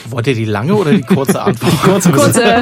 Wollt ihr die lange oder die kurze Antwort? Die kurze.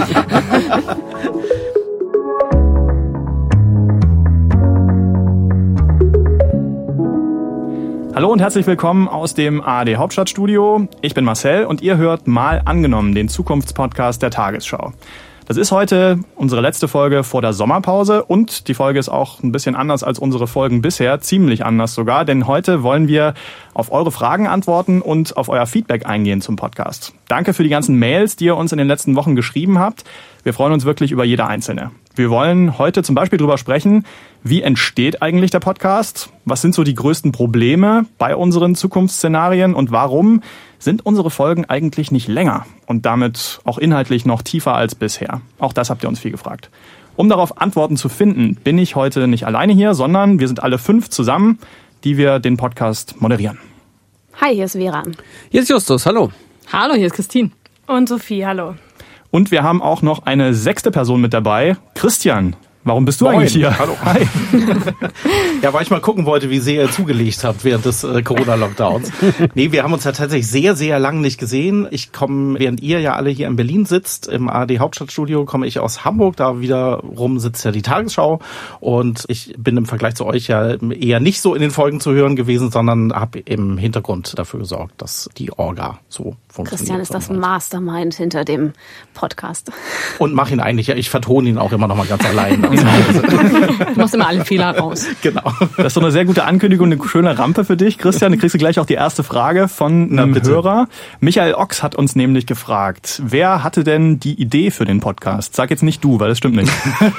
Hallo und herzlich willkommen aus dem ARD Hauptstadtstudio. Ich bin Marcel und ihr hört Mal angenommen, den Zukunftspodcast der Tagesschau. Das ist heute unsere letzte Folge vor der Sommerpause und die Folge ist auch ein bisschen anders als unsere Folgen bisher, ziemlich anders sogar, denn heute wollen wir auf eure Fragen antworten und auf euer Feedback eingehen zum Podcast. Danke für die ganzen Mails, die ihr uns in den letzten Wochen geschrieben habt. Wir freuen uns wirklich über jede einzelne. Wir wollen heute zum Beispiel darüber sprechen, wie entsteht eigentlich der Podcast? Was sind so die größten Probleme bei unseren Zukunftsszenarien und warum sind unsere Folgen eigentlich nicht länger und damit auch inhaltlich noch tiefer als bisher? Auch das habt ihr uns viel gefragt. Um darauf Antworten zu finden, bin ich heute nicht alleine hier, sondern wir sind alle 5 zusammen, die wir den Podcast moderieren. Hi, hier ist Vera. Hier ist Justus, hallo. Hallo, hier ist Christine. Und Sophie, hallo. Und wir haben auch noch eine 6. Person mit dabei, Christian. Warum bist du Moin. eigentlich hier? Hallo. Hi. Ja, weil ich mal gucken wollte, wie sehr ihr zugelegt habt während des Corona-Lockdowns. Nee, wir haben uns ja tatsächlich sehr, sehr lang nicht gesehen. Ich komme, während ihr ja alle hier in Berlin sitzt, im ARD Hauptstadtstudio, komme ich aus Hamburg. Da wiederum sitzt ja die Tagesschau. Und ich bin im Vergleich zu euch ja eher nicht so in den Folgen zu hören gewesen, sondern habe im Hintergrund dafür gesorgt, dass die Orga so funktioniert. Christian ist das Mastermind hinter dem Podcast. Und mach ihn eigentlich, ja, ich vertone ihn auch immer noch mal ganz allein. Du machst immer alle Fehler raus. Genau. Das ist so eine sehr gute Ankündigung, eine schöne Rampe für dich, Christian. Dann kriegst du gleich auch die erste Frage von einem Hörer. Michael Ochs hat uns nämlich gefragt, wer hatte denn die Idee für den Podcast? Sag jetzt nicht du, weil das stimmt nicht.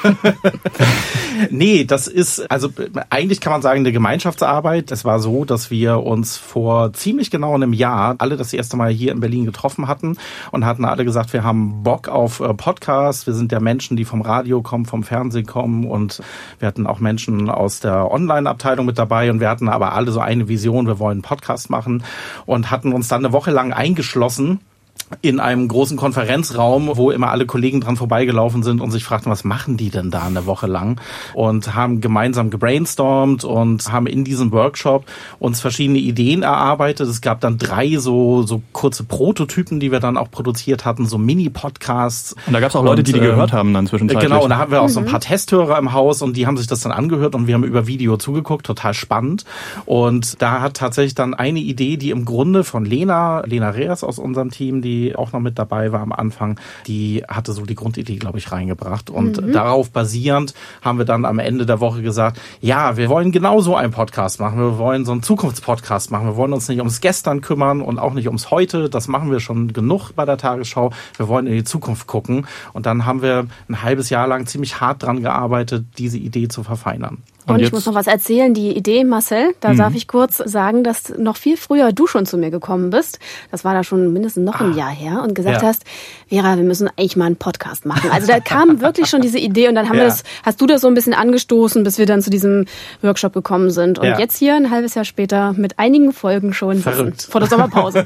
Nee, das ist, also eigentlich kann man sagen, eine Gemeinschaftsarbeit. Es war so, dass wir uns vor ziemlich genau einem Jahr alle das erste Mal hier in Berlin getroffen hatten und hatten alle gesagt, wir haben Bock auf Podcasts. Wir sind ja Menschen, die vom Radio kommen, vom Fernsehen kommen und wir hatten auch Menschen aus der Online-Abteilung mit dabei und wir hatten aber alle so eine Vision, wir wollen einen Podcast machen und hatten uns dann eine Woche lang eingeschlossen in einem großen Konferenzraum, wo immer alle Kollegen dran vorbeigelaufen sind und sich fragten, was machen die denn da eine Woche lang? Und haben gemeinsam gebrainstormt und haben in diesem Workshop uns verschiedene Ideen erarbeitet. Es gab dann 3 so kurze Prototypen, die wir dann auch produziert hatten, so Mini-Podcasts. Und da gab es auch Leute, die gehört haben dann zwischenzeitlich. Genau, und da haben wir auch so ein paar Testhörer im Haus und die haben sich das dann angehört und wir haben über Video zugeguckt, total spannend. Und da hat tatsächlich dann eine Idee, die im Grunde von Lena Reers aus unserem Team, die auch noch mit dabei war am Anfang, die hatte so die Grundidee, glaube ich, reingebracht. Und darauf basierend haben wir dann am Ende der Woche gesagt, ja, wir wollen genau so einen Podcast machen. Wir wollen so einen Zukunftspodcast machen. Wir wollen uns nicht ums Gestern kümmern und auch nicht ums Heute. Das machen wir schon genug bei der Tagesschau. Wir wollen in die Zukunft gucken. Und dann haben wir ein halbes Jahr lang ziemlich hart dran gearbeitet, diese Idee zu verfeinern. Und ich muss noch was erzählen, die Idee, Marcel, da darf ich kurz sagen, dass noch viel früher du schon zu mir gekommen bist. Das war da schon mindestens noch ein Jahr her und gesagt hast, Vera, wir müssen eigentlich mal einen Podcast machen. Also da kam wirklich schon diese Idee und dann haben wir das, hast du das so ein bisschen angestoßen, bis wir dann zu diesem Workshop gekommen sind. Und jetzt hier ein halbes Jahr später mit einigen Folgen schon vor der Sommerpause.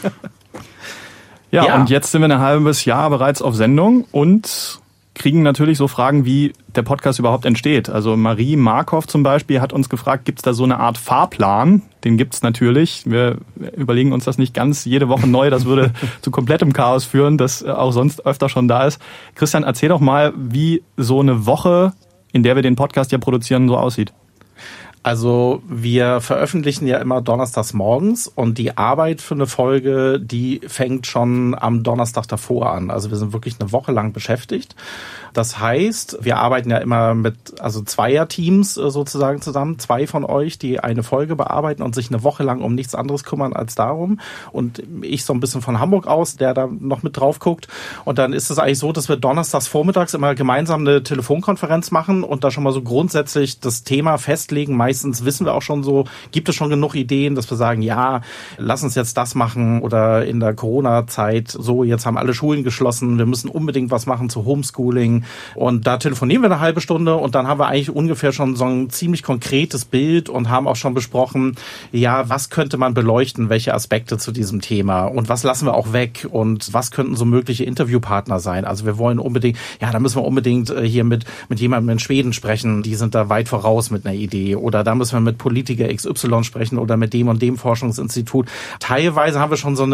Ja, und jetzt sind wir ein halbes Jahr bereits auf Sendung und kriegen natürlich so Fragen, wie der Podcast überhaupt entsteht. Also Marie Markov zum Beispiel hat uns gefragt, gibt es da so eine Art Fahrplan? Den gibt's natürlich. Wir überlegen uns das nicht ganz jede Woche neu. Das würde zu komplettem Chaos führen, das auch sonst öfter schon da ist. Christian, erzähl doch mal, wie so eine Woche, in der wir den Podcast ja produzieren, so aussieht. Also wir veröffentlichen ja immer donnerstags morgens und die Arbeit für eine Folge, die fängt schon am Donnerstag davor an. Also wir sind wirklich eine Woche lang beschäftigt. Das heißt, wir arbeiten ja immer mit Zweierteams sozusagen zusammen. 2 von euch, die eine Folge bearbeiten und sich eine Woche lang um nichts anderes kümmern als darum. Und ich so ein bisschen von Hamburg aus, der da noch mit drauf guckt. Und dann ist es eigentlich so, dass wir donnerstags vormittags immer gemeinsam eine Telefonkonferenz machen und da schon mal so grundsätzlich das Thema festlegen. Meistens wissen wir auch schon so, gibt es schon genug Ideen, dass wir sagen, ja, lass uns jetzt das machen oder in der Corona-Zeit so, jetzt haben alle Schulen geschlossen, wir müssen unbedingt was machen zu Homeschooling und da telefonieren wir eine halbe Stunde und dann haben wir eigentlich ungefähr schon so ein ziemlich konkretes Bild und haben auch schon besprochen, ja, was könnte man beleuchten, welche Aspekte zu diesem Thema und was lassen wir auch weg und was könnten so mögliche Interviewpartner sein. Also wir wollen unbedingt, ja, da müssen wir unbedingt hier mit jemandem in Schweden sprechen, die sind da weit voraus mit einer Idee oder da müssen wir mit Politiker XY sprechen oder mit dem und dem Forschungsinstitut. Teilweise haben wir schon so eine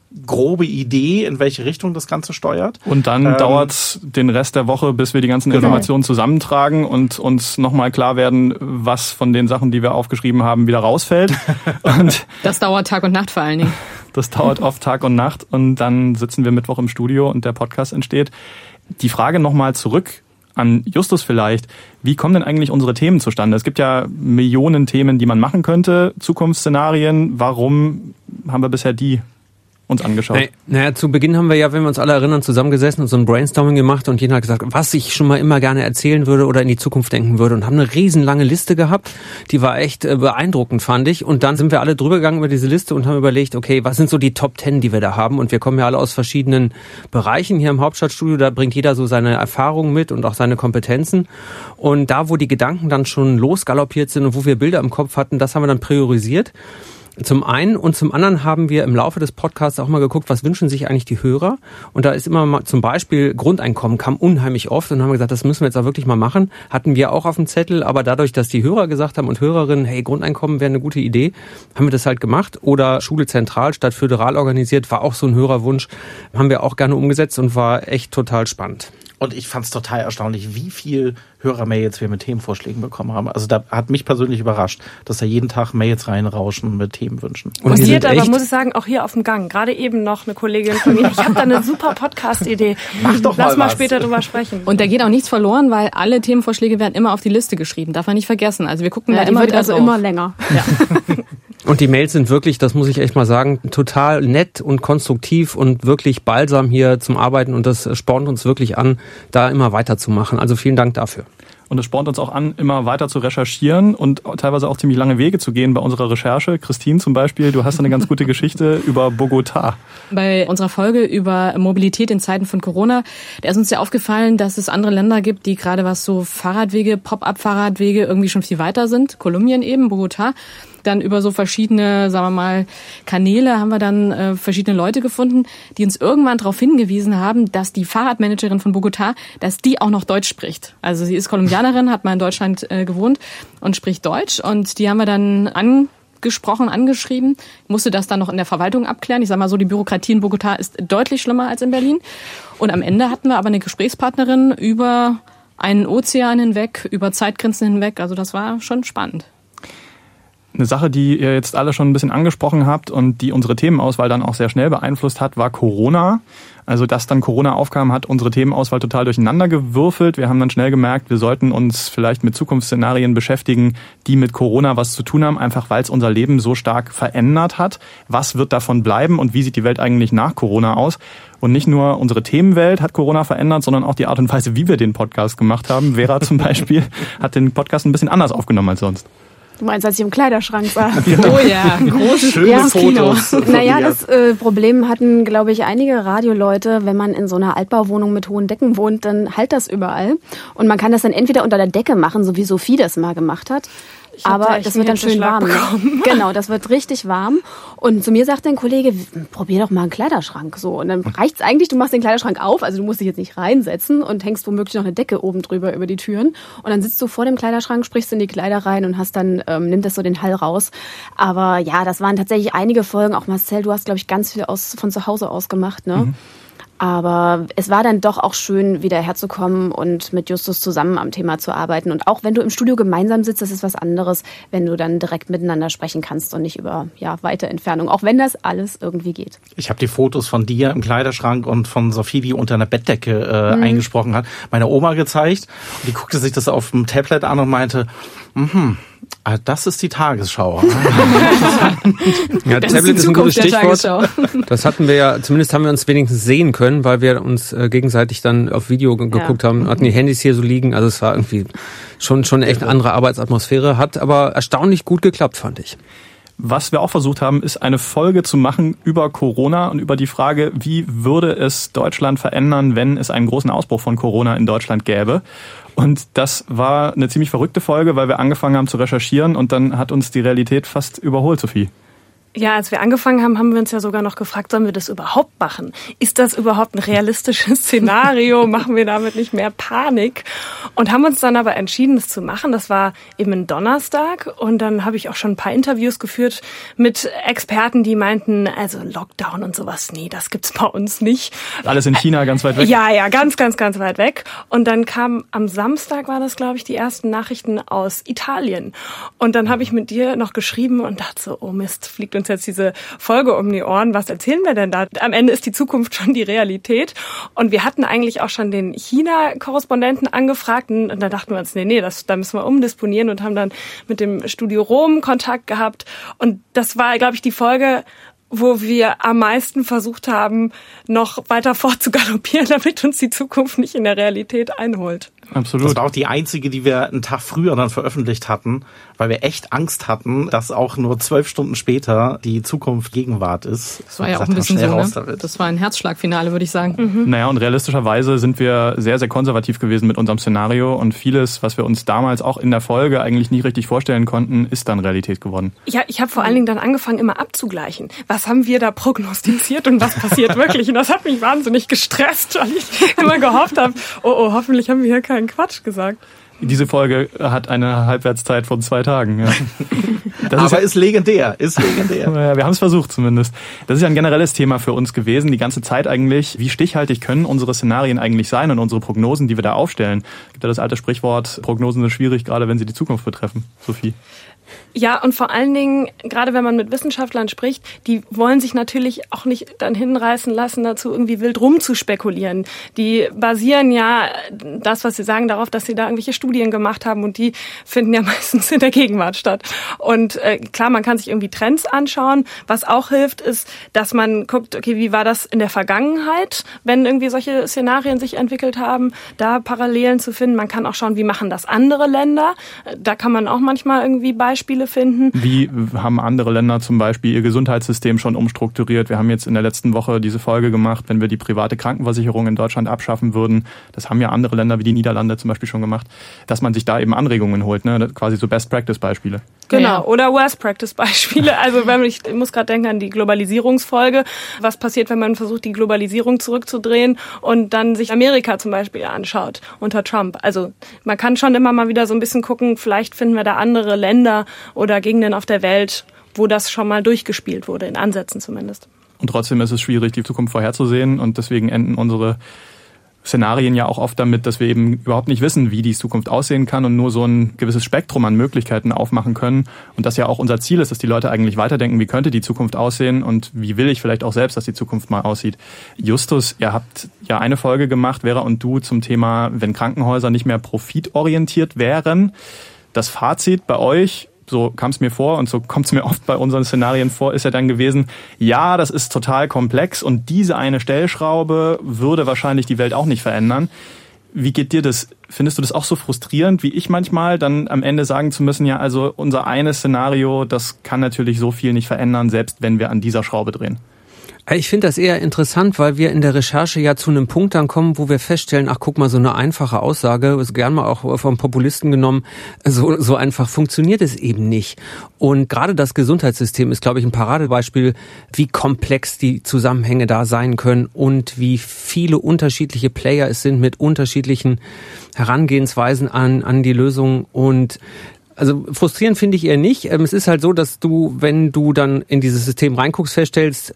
grobe Idee, in welche Richtung das Ganze steuert. Und dann dauert den Rest der Woche, bis wir die ganzen Informationen zusammentragen und uns nochmal klar werden, was von den Sachen, die wir aufgeschrieben haben, wieder rausfällt. Und das dauert Tag und Nacht vor allen Dingen. Das dauert oft Tag und Nacht und dann sitzen wir Mittwoch im Studio und der Podcast entsteht. Die Frage nochmal zurück an Justus vielleicht. Wie kommen denn eigentlich unsere Themen zustande? Es gibt ja Millionen Themen, die man machen könnte, Zukunftsszenarien. Warum haben wir bisher die uns angeschaut? Naja, zu Beginn haben wir ja, wenn wir uns alle erinnern, zusammengesessen und so ein Brainstorming gemacht und jeder hat gesagt, was ich schon mal immer gerne erzählen würde oder in die Zukunft denken würde und haben eine riesenlange Liste gehabt. Die war echt beeindruckend, fand ich. Und dann sind wir alle drüber gegangen über diese Liste und haben überlegt, okay, was sind so die Top 10, die wir da haben? Und wir kommen ja alle aus verschiedenen Bereichen hier im Hauptstadtstudio. Da bringt jeder so seine Erfahrungen mit und auch seine Kompetenzen. Und da, wo die Gedanken dann schon losgaloppiert sind und wo wir Bilder im Kopf hatten, das haben wir dann priorisiert. Zum einen und zum anderen haben wir im Laufe des Podcasts auch mal geguckt, was wünschen sich eigentlich die Hörer. Und da ist immer mal zum Beispiel Grundeinkommen kam unheimlich oft und haben gesagt, das müssen wir jetzt auch wirklich mal machen. Hatten wir auch auf dem Zettel, aber dadurch, dass die Hörer gesagt haben und Hörerinnen, hey, Grundeinkommen wäre eine gute Idee, haben wir das halt gemacht. Oder Schule zentral statt föderal organisiert, war auch so ein Hörerwunsch, haben wir auch gerne umgesetzt und war echt total spannend. Und ich fand es total erstaunlich, wie viel Hörermails wir mit Themenvorschlägen bekommen haben. Also da hat mich persönlich überrascht, dass da jeden Tag Mails reinrauschen mit Themenwünschen. Passiert aber, muss ich sagen, auch hier auf dem Gang. Gerade eben noch eine Kollegin von mir. Ich habe da eine super Podcast-Idee. Mach doch Lass mal was. später drüber sprechen. Und da geht auch nichts verloren, weil alle Themenvorschläge werden immer auf die Liste geschrieben. Darf man nicht vergessen. Also wir gucken da die immer wird wieder also drauf. immer länger. Ja. Und die Mails sind wirklich, das muss ich echt mal sagen, total nett und konstruktiv und wirklich balsam hier zum Arbeiten und das spornt uns wirklich an, da immer weiterzumachen. Also vielen Dank dafür. Und es spornt uns auch an, immer weiter zu recherchieren und teilweise auch ziemlich lange Wege zu gehen bei unserer Recherche. Christine zum Beispiel, du hast eine ganz gute Geschichte über Bogotá. Bei unserer Folge über Mobilität in Zeiten von Corona, da ist uns ja aufgefallen, dass es andere Länder gibt, die gerade was so Fahrradwege, Pop-up-Fahrradwege irgendwie schon viel weiter sind. Kolumbien eben, Bogotá. Dann über so verschiedene, sagen wir mal, Kanäle haben wir dann verschiedene Leute gefunden, die uns irgendwann darauf hingewiesen haben, dass die Fahrradmanagerin von Bogotá, dass die auch noch Deutsch spricht. Also sie ist Kolumbianerin, hat mal in Deutschland gewohnt und spricht Deutsch. Und die haben wir dann angeschrieben, musste das dann noch in der Verwaltung abklären. Ich sag mal so, die Bürokratie in Bogotá ist deutlich schlimmer als in Berlin. Und am Ende hatten wir aber eine Gesprächspartnerin über einen Ozean hinweg, über Zeitgrenzen hinweg. Also das war schon spannend. Eine Sache, die ihr jetzt alle schon ein bisschen angesprochen habt und die unsere Themenauswahl dann auch sehr schnell beeinflusst hat, war Corona. Also dass dann Corona aufkam, hat unsere Themenauswahl total durcheinander gewürfelt. Wir haben dann schnell gemerkt, wir sollten uns vielleicht mit Zukunftsszenarien beschäftigen, die mit Corona was zu tun haben, einfach weil es unser Leben so stark verändert hat. Was wird davon bleiben und wie sieht die Welt eigentlich nach Corona aus? Und nicht nur unsere Themenwelt hat Corona verändert, sondern auch die Art und Weise, wie wir den Podcast gemacht haben. Vera zum Beispiel hat den Podcast ein bisschen anders aufgenommen als sonst. Du meinst, als ich im Kleiderschrank war? Oh ja, großes Schöne Kino. Fotos. Naja, das Problem hatten, glaube ich, einige Radioleute, wenn man in so einer Altbauwohnung mit hohen Decken wohnt, dann halt das überall. Und man kann das dann entweder unter der Decke machen, so wie Sophie das mal gemacht hat. Aber das wird dann schön warm. Ne? Genau, das wird richtig warm. Und zu mir sagt ein Kollege, probier doch mal einen Kleiderschrank. So, und dann reicht's eigentlich, du machst den Kleiderschrank auf, also du musst dich jetzt nicht reinsetzen und hängst womöglich noch eine Decke oben drüber über die Türen. Und dann sitzt du vor dem Kleiderschrank, sprichst in die Kleider rein und hast dann, nimmt das so den Hall raus. Aber ja, das waren tatsächlich einige Folgen. Auch Marcel, du hast, glaube ich, ganz viel von zu Hause aus gemacht, ne? Mhm. Aber es war dann doch auch schön, wieder herzukommen und mit Justus zusammen am Thema zu arbeiten. Und auch wenn du im Studio gemeinsam sitzt, das ist was anderes, wenn du dann direkt miteinander sprechen kannst und nicht über weite Entfernung. Auch wenn das alles irgendwie geht. Ich habe die Fotos von dir im Kleiderschrank und von Sophie, die unter einer Bettdecke eingesprochen hat, meiner Oma gezeigt. Und die guckte sich das auf dem Tablet an und meinte, das ist die Tagesschau. Ja, Das Tablet ist ist ein gutes Stichwort. Tagesschau. Das hatten wir ja, zumindest haben wir uns wenigstens sehen können, weil wir uns gegenseitig dann auf Video geguckt haben, hatten die Handys hier so liegen. Also es war irgendwie schon echt eine andere Arbeitsatmosphäre, hat aber erstaunlich gut geklappt, fand ich. Was wir auch versucht haben, ist eine Folge zu machen über Corona und über die Frage, wie würde es Deutschland verändern, wenn es einen großen Ausbruch von Corona in Deutschland gäbe. Und das war eine ziemlich verrückte Folge, weil wir angefangen haben zu recherchieren und dann hat uns die Realität fast überholt, Sophie. Ja, als wir angefangen haben, haben wir uns ja sogar noch gefragt, sollen wir das überhaupt machen? Ist das überhaupt ein realistisches Szenario? Machen wir damit nicht mehr Panik? Und haben uns dann aber entschieden, das zu machen. Das war eben ein Donnerstag. Und dann habe ich auch schon ein paar Interviews geführt mit Experten, die meinten, also Lockdown und sowas, nee, das gibt's bei uns nicht. Alles in China, ganz weit weg? Ja, ganz, ganz, ganz weit weg. Und dann kam am Samstag, war das, glaube ich, die ersten Nachrichten aus Italien. Und dann habe ich mit dir noch geschrieben und dachte so, oh Mist, fliegt uns jetzt diese Folge um die Ohren. Was erzählen wir denn da? Am Ende ist die Zukunft schon die Realität. Und wir hatten eigentlich auch schon den China-Korrespondenten angefragt. Und da dachten wir uns, nee, da müssen wir umdisponieren und haben dann mit dem Studio Rom Kontakt gehabt. Und das war, glaube ich, die Folge, wo wir am meisten versucht haben, noch weiter fortzugaloppieren, damit uns die Zukunft nicht in der Realität einholt. Absolut. Das war auch die einzige, die wir einen Tag früher dann veröffentlicht hatten, weil wir echt Angst hatten, dass auch nur 12 Stunden später die Zukunft Gegenwart ist. Das war ja auch ein bisschen so, ne? Das war ein Herzschlagfinale, würde ich sagen. Naja, und realistischerweise sind wir sehr, sehr konservativ gewesen mit unserem Szenario und vieles, was wir uns damals auch in der Folge eigentlich nie richtig vorstellen konnten, ist dann Realität geworden. Ja, ich habe vor allen Dingen dann angefangen, immer abzugleichen. Was haben wir da prognostiziert und was passiert wirklich? Und das hat mich wahnsinnig gestresst, weil ich immer gehofft habe, oh, hoffentlich haben wir hier keinen Quatsch gesagt. Diese Folge hat eine Halbwertszeit von 2 Tagen. Ja. Aber ist legendär, Ja, wir haben es versucht zumindest. Das ist ja ein generelles Thema für uns gewesen, die ganze Zeit eigentlich. Wie stichhaltig können unsere Szenarien eigentlich sein und unsere Prognosen, die wir da aufstellen? Es gibt ja das alte Sprichwort, Prognosen sind schwierig, gerade wenn sie die Zukunft betreffen. Sophie. Ja, und vor allen Dingen, gerade wenn man mit Wissenschaftlern spricht, die wollen sich natürlich auch nicht dann hinreißen lassen, dazu irgendwie wild rumzuspekulieren. Die basieren ja das, was sie sagen, darauf, dass sie da irgendwelche Studien gemacht haben und die finden ja meistens in der Gegenwart statt. Und klar, man kann sich irgendwie Trends anschauen. Was auch hilft, ist, dass man guckt, okay, wie war das in der Vergangenheit, wenn irgendwie solche Szenarien sich entwickelt haben, da Parallelen zu finden. Man kann auch schauen, wie machen das andere Länder. Da kann man auch manchmal irgendwie Beispiele finden. Wie haben andere Länder zum Beispiel ihr Gesundheitssystem schon umstrukturiert? Wir haben jetzt in der letzten Woche diese Folge gemacht, wenn wir die private Krankenversicherung in Deutschland abschaffen würden. Das haben ja andere Länder wie die Niederlande zum Beispiel schon gemacht, dass man sich da eben Anregungen holt, ne? Quasi so Best-Practice-Beispiele. Genau, oder Worst-Practice-Beispiele. Also ich muss gerade denken an die Globalisierungsfolge. Was passiert, wenn man versucht, die Globalisierung zurückzudrehen und dann sich Amerika zum Beispiel anschaut unter Trump? Also man kann schon immer mal wieder so ein bisschen gucken, vielleicht finden wir da andere Länder oder Gegenden auf der Welt, wo das schon mal durchgespielt wurde, in Ansätzen zumindest. Und trotzdem ist es schwierig, die Zukunft vorherzusehen und deswegen enden unsere Szenarien ja auch oft damit, dass wir eben überhaupt nicht wissen, wie die Zukunft aussehen kann und nur so ein gewisses Spektrum an Möglichkeiten aufmachen können. Und das ja auch unser Ziel ist, dass die Leute eigentlich weiterdenken, wie könnte die Zukunft aussehen und wie will ich vielleicht auch selbst, dass die Zukunft mal aussieht. Justus, ihr habt ja eine Folge gemacht, Vera und du, zum Thema, wenn Krankenhäuser nicht mehr profitorientiert wären. Das Fazit bei euch, so kam es mir vor und so kommt es mir oft bei unseren Szenarien vor, ist ja dann gewesen, ja, das ist total komplex und diese eine Stellschraube würde wahrscheinlich die Welt auch nicht verändern. Wie geht dir das? Findest du das auch so frustrierend wie ich manchmal, dann am Ende sagen zu müssen, ja, also unser eines Szenario, das kann natürlich so viel nicht verändern, selbst wenn wir an dieser Schraube drehen? Ich finde das eher interessant, weil wir in der Recherche ja zu einem Punkt dann kommen, wo wir feststellen, ach guck mal, so eine einfache Aussage, ist gern mal auch vom Populisten genommen, so einfach funktioniert es eben nicht. Und gerade das Gesundheitssystem ist, glaube ich, ein Paradebeispiel, wie komplex die Zusammenhänge da sein können und wie viele unterschiedliche Player es sind mit unterschiedlichen Herangehensweisen an die Lösung. Und also frustrierend finde ich eher nicht. Es ist halt so, dass du, wenn du dann in dieses System reinguckst, feststellst,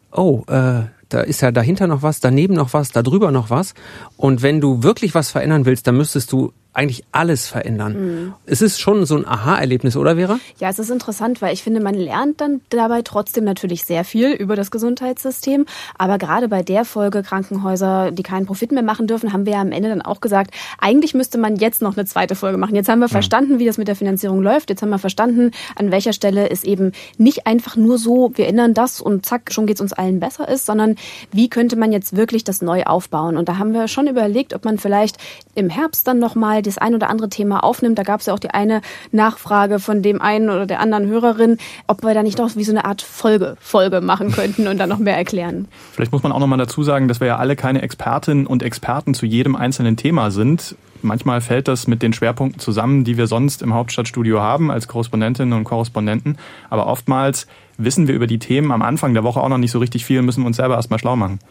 da ist ja dahinter noch was, daneben noch was, da drüber noch was. Und wenn du wirklich was verändern willst, dann müsstest du eigentlich alles verändern. Mhm. Es ist schon so ein Aha-Erlebnis, oder Vera? Ja, es ist interessant, weil ich finde, man lernt dann dabei trotzdem natürlich sehr viel über das Gesundheitssystem. Aber gerade bei der Folge Krankenhäuser, die keinen Profit mehr machen dürfen, haben wir ja am Ende dann auch gesagt, eigentlich müsste man jetzt noch eine zweite Folge machen. Jetzt haben wir verstanden, wie das mit der Finanzierung läuft. Jetzt haben wir verstanden, an welcher Stelle es eben nicht einfach nur so, wir ändern das und zack, schon geht's uns allen besser ist, sondern wie könnte man jetzt wirklich das neu aufbauen? Und da haben wir schon überlegt, ob man vielleicht im Herbst dann nochmal mal das ein oder andere Thema aufnimmt. Da gab es ja auch die eine Nachfrage von dem einen oder der anderen Hörerin, ob wir da nicht doch wie so eine Art Folge machen könnten und dann noch mehr erklären. Vielleicht muss man auch noch mal dazu sagen, dass wir ja alle keine Expertinnen und Experten zu jedem einzelnen Thema sind. Manchmal fällt das mit den Schwerpunkten zusammen, die wir sonst im Hauptstadtstudio haben als Korrespondentinnen und Korrespondenten. Aber oftmals wissen wir über die Themen am Anfang der Woche auch noch nicht so richtig viel und müssen uns selber erstmal schlau machen.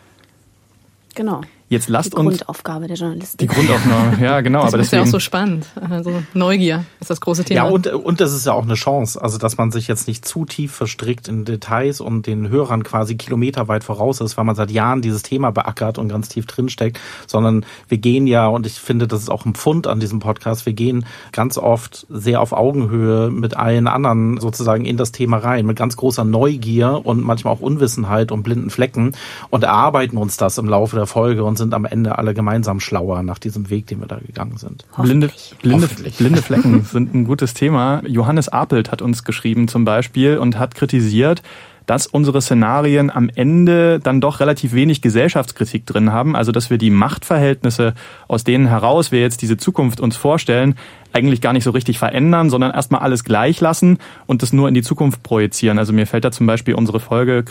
Genau. Jetzt lasst die Grundaufgabe der Journalisten. Die Grundaufgabe, ja genau. Das ist ja auch so spannend. Also Neugier ist das große Thema. Ja, und das ist ja auch eine Chance, also dass man sich jetzt nicht zu tief verstrickt in Details und den Hörern quasi kilometerweit voraus ist, weil man seit Jahren dieses Thema beackert und ganz tief drinsteckt, sondern wir gehen ja, und ich finde, das ist auch ein Pfund an diesem Podcast, wir gehen ganz oft sehr auf Augenhöhe mit allen anderen sozusagen in das Thema rein, mit ganz großer Neugier und manchmal auch Unwissenheit und blinden Flecken und erarbeiten uns das im Laufe der Folge und sind am Ende alle gemeinsam schlauer nach diesem Weg, den wir da gegangen sind. Blinde Flecken sind ein gutes Thema. Johannes Apelt hat uns geschrieben zum Beispiel und hat kritisiert, dass unsere Szenarien am Ende dann doch relativ wenig Gesellschaftskritik drin haben. Also dass wir die Machtverhältnisse, aus denen heraus wir jetzt diese Zukunft uns vorstellen, eigentlich gar nicht so richtig verändern, sondern erstmal alles gleich lassen und das nur in die Zukunft projizieren. Also mir fällt da zum Beispiel unsere Folge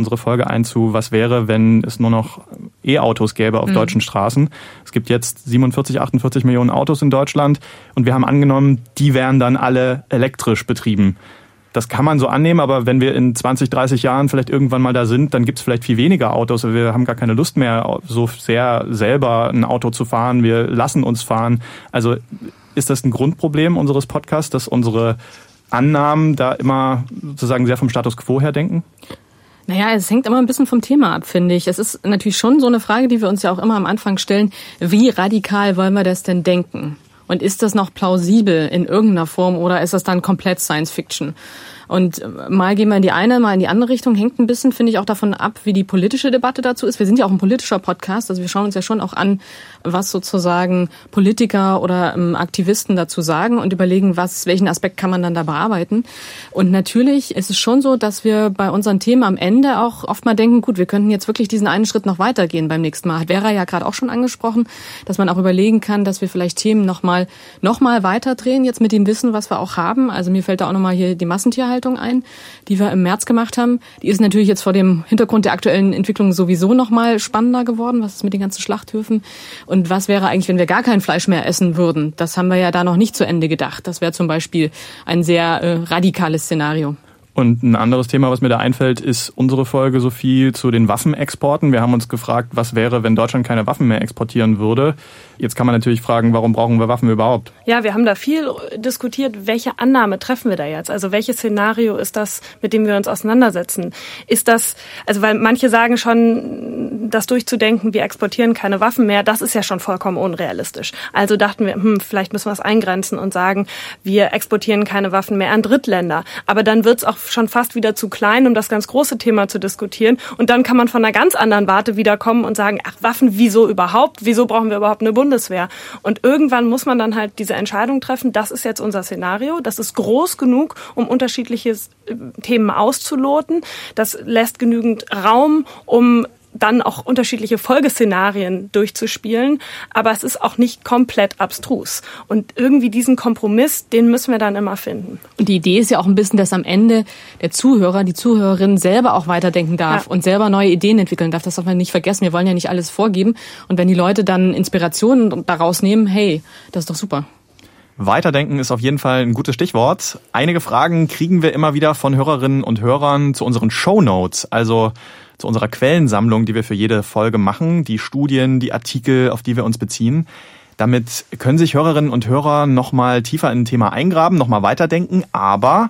ein zu, was wäre, wenn es nur noch E-Autos gäbe auf deutschen Straßen. Es gibt jetzt 47, 48 Millionen Autos in Deutschland und wir haben angenommen, die wären dann alle elektrisch betrieben. Das kann man so annehmen, aber wenn wir in 20, 30 Jahren vielleicht irgendwann mal da sind, dann gibt es vielleicht viel weniger Autos. Wir haben gar keine Lust mehr, so sehr selber ein Auto zu fahren. Wir lassen uns fahren. Also ist das ein Grundproblem unseres Podcasts, dass unsere Annahmen da immer sozusagen sehr vom Status quo her denken? Naja, es hängt immer ein bisschen vom Thema ab, finde ich. Es ist natürlich schon so eine Frage, die wir uns ja auch immer am Anfang stellen. Wie radikal wollen wir das denn denken? Und ist das noch plausibel in irgendeiner Form oder ist das dann komplett Science Fiction? Und mal gehen wir in die eine, mal in die andere Richtung. Hängt ein bisschen, finde ich, auch davon ab, wie die politische Debatte dazu ist. Wir sind ja auch ein politischer Podcast, also wir schauen uns ja schon auch an, was sozusagen Politiker oder Aktivisten dazu sagen und überlegen, welchen Aspekt kann man dann da bearbeiten. Und natürlich ist es schon so, dass wir bei unseren Themen am Ende auch oft mal denken, gut, wir könnten jetzt wirklich diesen einen Schritt noch weitergehen beim nächsten Mal. Hat Vera ja gerade auch schon angesprochen, dass man auch überlegen kann, dass wir vielleicht Themen noch mal weiterdrehen, jetzt mit dem Wissen, was wir auch haben. Also mir fällt da auch nochmal hier die Massentierhaltung ein, die wir im März gemacht haben. Die ist natürlich jetzt vor dem Hintergrund der aktuellen Entwicklung sowieso noch mal spannender geworden. Was ist mit den ganzen Schlachthöfen? Und was wäre eigentlich, wenn wir gar kein Fleisch mehr essen würden? Das haben wir ja da noch nicht zu Ende gedacht. Das wäre zum Beispiel ein sehr radikales Szenario. Und ein anderes Thema, was mir da einfällt, ist unsere Folge, Sophie, zu den Waffenexporten. Wir haben uns gefragt, was wäre, wenn Deutschland keine Waffen mehr exportieren würde. Jetzt kann man natürlich fragen, warum brauchen wir Waffen überhaupt? Ja, wir haben da viel diskutiert, welche Annahme treffen wir da jetzt? Also welches Szenario ist das, mit dem wir uns auseinandersetzen? Ist das, also weil manche sagen schon, das durchzudenken, wir exportieren keine Waffen mehr, das ist ja schon vollkommen unrealistisch. Also dachten wir, vielleicht müssen wir es eingrenzen und sagen, wir exportieren keine Waffen mehr an Drittländer. Aber dann wird es auch schon fast wieder zu klein, um das ganz große Thema zu diskutieren. Und dann kann man von einer ganz anderen Warte wiederkommen und sagen, ach, Waffen, wieso überhaupt? Wieso brauchen wir überhaupt eine Bundeswehr? Und irgendwann muss man dann halt diese Entscheidung treffen, das ist jetzt unser Szenario, das ist groß genug, um unterschiedliche Themen auszuloten. Das lässt genügend Raum, um dann auch unterschiedliche Folgeszenarien durchzuspielen, aber es ist auch nicht komplett abstrus. Und irgendwie diesen Kompromiss, den müssen wir dann immer finden. Und die Idee ist ja auch ein bisschen, dass am Ende der Zuhörer, die Zuhörerin selber auch weiterdenken darf und selber neue Ideen entwickeln darf. Das darf man nicht vergessen. Wir wollen ja nicht alles vorgeben. Und wenn die Leute dann Inspirationen daraus nehmen, hey, das ist doch super. Weiterdenken ist auf jeden Fall ein gutes Stichwort. Einige Fragen kriegen wir immer wieder von Hörerinnen und Hörern zu unseren Shownotes, also zu unserer Quellensammlung, die wir für jede Folge machen, die Studien, die Artikel, auf die wir uns beziehen. Damit können sich Hörerinnen und Hörer nochmal tiefer in ein Thema eingraben, nochmal weiterdenken. Aber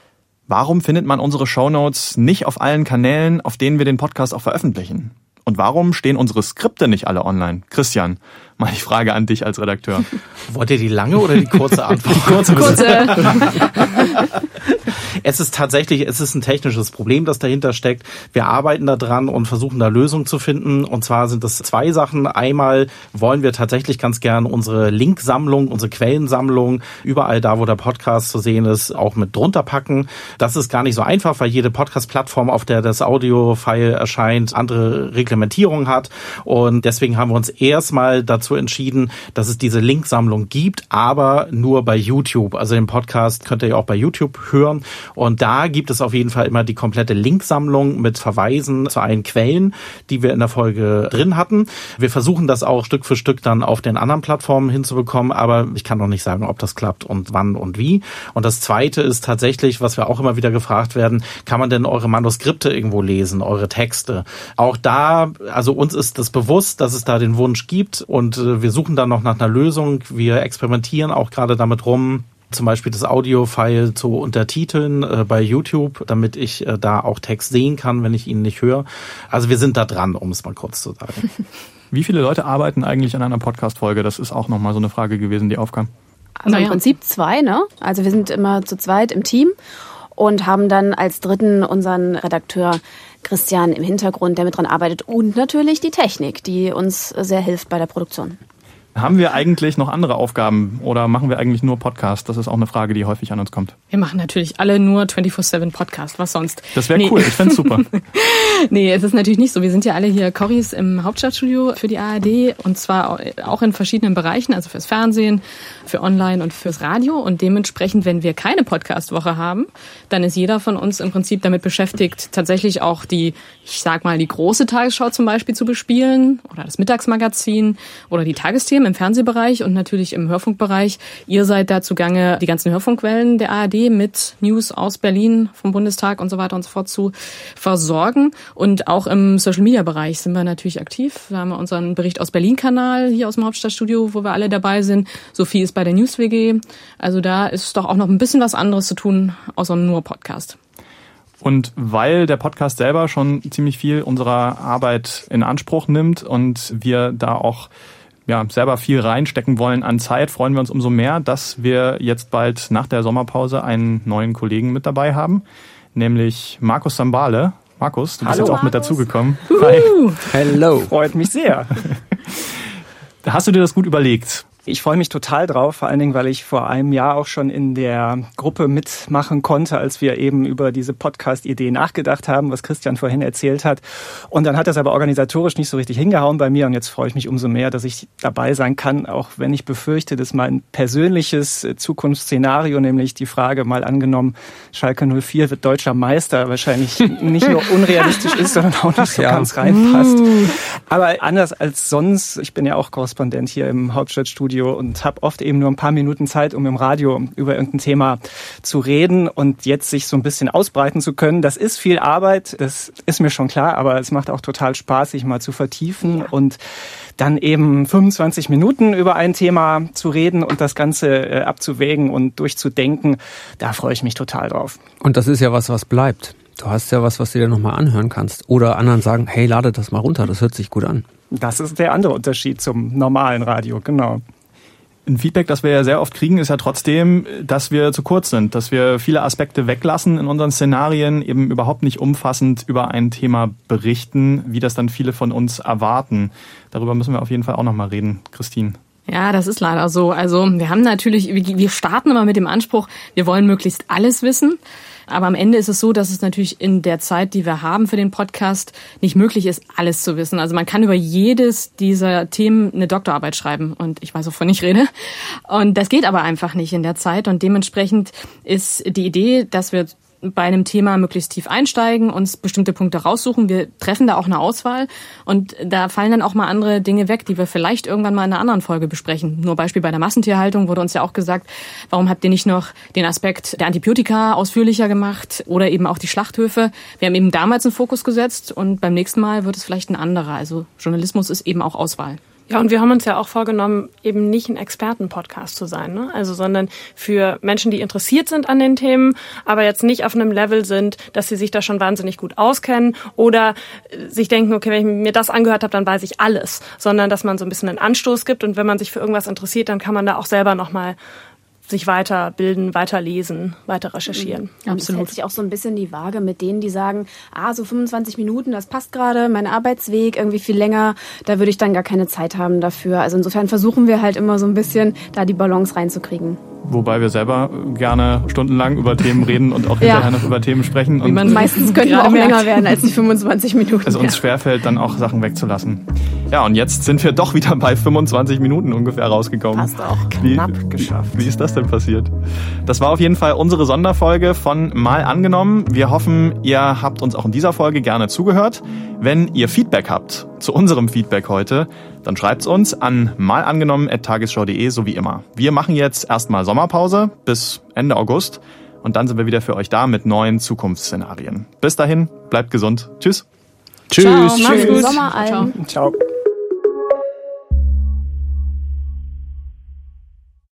warum findet man unsere Shownotes nicht auf allen Kanälen, auf denen wir den Podcast auch veröffentlichen? Und warum stehen unsere Skripte nicht alle online? Christian, mal die Frage an dich als Redakteur. Wollt ihr die lange oder die kurze Antwort? Die kurze. Es ist ein technisches Problem, das dahinter steckt. Wir arbeiten da dran und versuchen da Lösungen zu finden. Und zwar sind das zwei Sachen. Einmal wollen wir tatsächlich ganz gern unsere Linksammlung, unsere Quellensammlung, überall da, wo der Podcast zu sehen ist, auch mit drunter packen. Das ist gar nicht so einfach, weil jede Podcast-Plattform, auf der das Audio-File erscheint, andere Reglementierung hat. Und deswegen haben wir uns erstmal dazu entschieden, dass es diese Linksammlung gibt, aber nur bei YouTube. Also den Podcast könnt ihr ja auch bei YouTube hören. Und da gibt es auf jeden Fall immer die komplette Linksammlung mit Verweisen zu allen Quellen, die wir in der Folge drin hatten. Wir versuchen das auch Stück für Stück dann auf den anderen Plattformen hinzubekommen, aber ich kann noch nicht sagen, ob das klappt und wann und wie. Und das Zweite ist tatsächlich, was wir auch immer wieder gefragt werden, kann man denn eure Manuskripte irgendwo lesen, eure Texte? Auch da, also uns ist das bewusst, dass es da den Wunsch gibt und wir suchen dann noch nach einer Lösung. Wir experimentieren auch gerade damit rum, zum Beispiel das Audio-File zu untertiteln bei YouTube, damit ich da auch Text sehen kann, wenn ich ihn nicht höre. Also wir sind da dran, um es mal kurz zu sagen. Wie viele Leute arbeiten eigentlich an einer Podcast-Folge? Das ist auch nochmal so eine Frage gewesen, die aufkam. Also im Prinzip 2, ne? Also wir sind immer zu zweit im Team und haben dann als dritten unseren Redakteur Christian im Hintergrund, der mit dran arbeitet, und natürlich die Technik, die uns sehr hilft bei der Produktion. Haben wir eigentlich noch andere Aufgaben oder machen wir eigentlich nur Podcast? Das ist auch eine Frage, die häufig an uns kommt. Wir machen natürlich alle nur 24/7 Podcast, was sonst? Das wäre cool, ich fände es super. Nee, es ist natürlich nicht so. Wir sind ja alle hier Corrys im Hauptstadtstudio für die ARD und zwar auch in verschiedenen Bereichen, also fürs Fernsehen, für Online und fürs Radio. Und dementsprechend, wenn wir keine Podcast-Woche haben, dann ist jeder von uns im Prinzip damit beschäftigt, tatsächlich auch die große Tagesschau zum Beispiel zu bespielen oder das Mittagsmagazin oder die Tagesthemen im Fernsehbereich und natürlich im Hörfunkbereich. Ihr seid da zugange, die ganzen Hörfunkwellen der ARD mit News aus Berlin vom Bundestag und so weiter und so fort zu versorgen. Und auch im Social-Media-Bereich sind wir natürlich aktiv. Da haben wir unseren Bericht aus Berlin-Kanal hier aus dem Hauptstadtstudio, wo wir alle dabei sind. Sophie ist bei der News-WG. Also da ist doch auch noch ein bisschen was anderes zu tun, außer nur Podcast. Und weil der Podcast selber schon ziemlich viel unserer Arbeit in Anspruch nimmt und wir da auch selber viel reinstecken wollen an Zeit, freuen wir uns umso mehr, dass wir jetzt bald nach der Sommerpause einen neuen Kollegen mit dabei haben, nämlich Markus Sambale. Markus, du bist jetzt auch mit dazugekommen. Hi. Hello. Freut mich sehr. Hast du dir das gut überlegt? Ich freue mich total drauf, vor allen Dingen, weil ich vor einem Jahr auch schon in der Gruppe mitmachen konnte, als wir eben über diese Podcast-Idee nachgedacht haben, was Christian vorhin erzählt hat. Und dann hat das aber organisatorisch nicht so richtig hingehauen bei mir. Und jetzt freue ich mich umso mehr, dass ich dabei sein kann, auch wenn ich befürchte, dass mein persönliches Zukunftsszenario, nämlich die Frage mal angenommen, Schalke 04 wird deutscher Meister, wahrscheinlich nicht nur unrealistisch ist, sondern auch nicht so ganz reinpasst. Aber anders als sonst, ich bin ja auch Korrespondent hier im Hauptstadtstudio und habe oft eben nur ein paar Minuten Zeit, um im Radio über irgendein Thema zu reden und jetzt sich so ein bisschen ausbreiten zu können. Das ist viel Arbeit, das ist mir schon klar, aber es macht auch total Spaß, sich mal zu vertiefen und dann eben 25 Minuten über ein Thema zu reden und das Ganze abzuwägen und durchzudenken. Da freue ich mich total drauf. Und das ist ja was bleibt. Du hast ja was du dir nochmal anhören kannst. Oder anderen sagen, hey, lade das mal runter, das hört sich gut an. Das ist der andere Unterschied zum normalen Radio, genau. Ein Feedback, das wir ja sehr oft kriegen, ist ja trotzdem, dass wir zu kurz sind, dass wir viele Aspekte weglassen in unseren Szenarien, eben überhaupt nicht umfassend über ein Thema berichten, wie das dann viele von uns erwarten. Darüber müssen wir auf jeden Fall auch nochmal reden, Christine. Ja, das ist leider so. Also wir starten immer mit dem Anspruch, wir wollen möglichst alles wissen. Aber am Ende ist es so, dass es natürlich in der Zeit, die wir haben für den Podcast, nicht möglich ist, alles zu wissen. Also man kann über jedes dieser Themen eine Doktorarbeit schreiben und ich weiß, wovon ich rede. Und das geht aber einfach nicht in der Zeit und dementsprechend ist die Idee, dass wir bei einem Thema möglichst tief einsteigen, uns bestimmte Punkte raussuchen. Wir treffen da auch eine Auswahl und da fallen dann auch mal andere Dinge weg, die wir vielleicht irgendwann mal in einer anderen Folge besprechen. Nur Beispiel bei der Massentierhaltung wurde uns ja auch gesagt, warum habt ihr nicht noch den Aspekt der Antibiotika ausführlicher gemacht oder eben auch die Schlachthöfe. Wir haben eben damals einen Fokus gesetzt und beim nächsten Mal wird es vielleicht ein anderer. Also Journalismus ist eben auch Auswahl. Ja, und wir haben uns ja auch vorgenommen, eben nicht ein Expertenpodcast zu sein, ne? Also, sondern für Menschen, die interessiert sind an den Themen, aber jetzt nicht auf einem Level sind, dass sie sich da schon wahnsinnig gut auskennen oder sich denken, okay, wenn ich mir das angehört habe, dann weiß ich alles, sondern dass man so ein bisschen einen Anstoß gibt und wenn man sich für irgendwas interessiert, dann kann man da auch selber nochmal sich weiterbilden, weiterlesen, weiter recherchieren. Ja, absolut. Das hält sich auch so ein bisschen die Waage mit denen, die sagen, so 25 Minuten, das passt gerade, mein Arbeitsweg irgendwie viel länger, da würde ich dann gar keine Zeit haben dafür. Also insofern versuchen wir halt immer so ein bisschen, da die Balance reinzukriegen. Wobei wir selber gerne stundenlang über Themen reden und auch hinterher noch über Themen sprechen. Und meistens könnten wir auch länger werden als die 25 Minuten. Es uns schwerfällt, dann auch Sachen wegzulassen. Ja, und jetzt sind wir doch wieder bei 25 Minuten ungefähr rausgekommen. Passt auch. Knapp geschafft. Wie ist das denn passiert? Das war auf jeden Fall unsere Sonderfolge von Mal angenommen. Wir hoffen, ihr habt uns auch in dieser Folge gerne zugehört. Wenn ihr Feedback habt zu unserem Feedback heute, dann schreibt's uns an malangenommen@tagesschau.de, so wie immer. Wir machen jetzt erstmal Sommerpause bis Ende August und dann sind wir wieder für euch da mit neuen Zukunftsszenarien. Bis dahin, bleibt gesund. Tschüss. Tschüss. Ciao, mach's gut. Tschüss. Sommer allen. Ciao.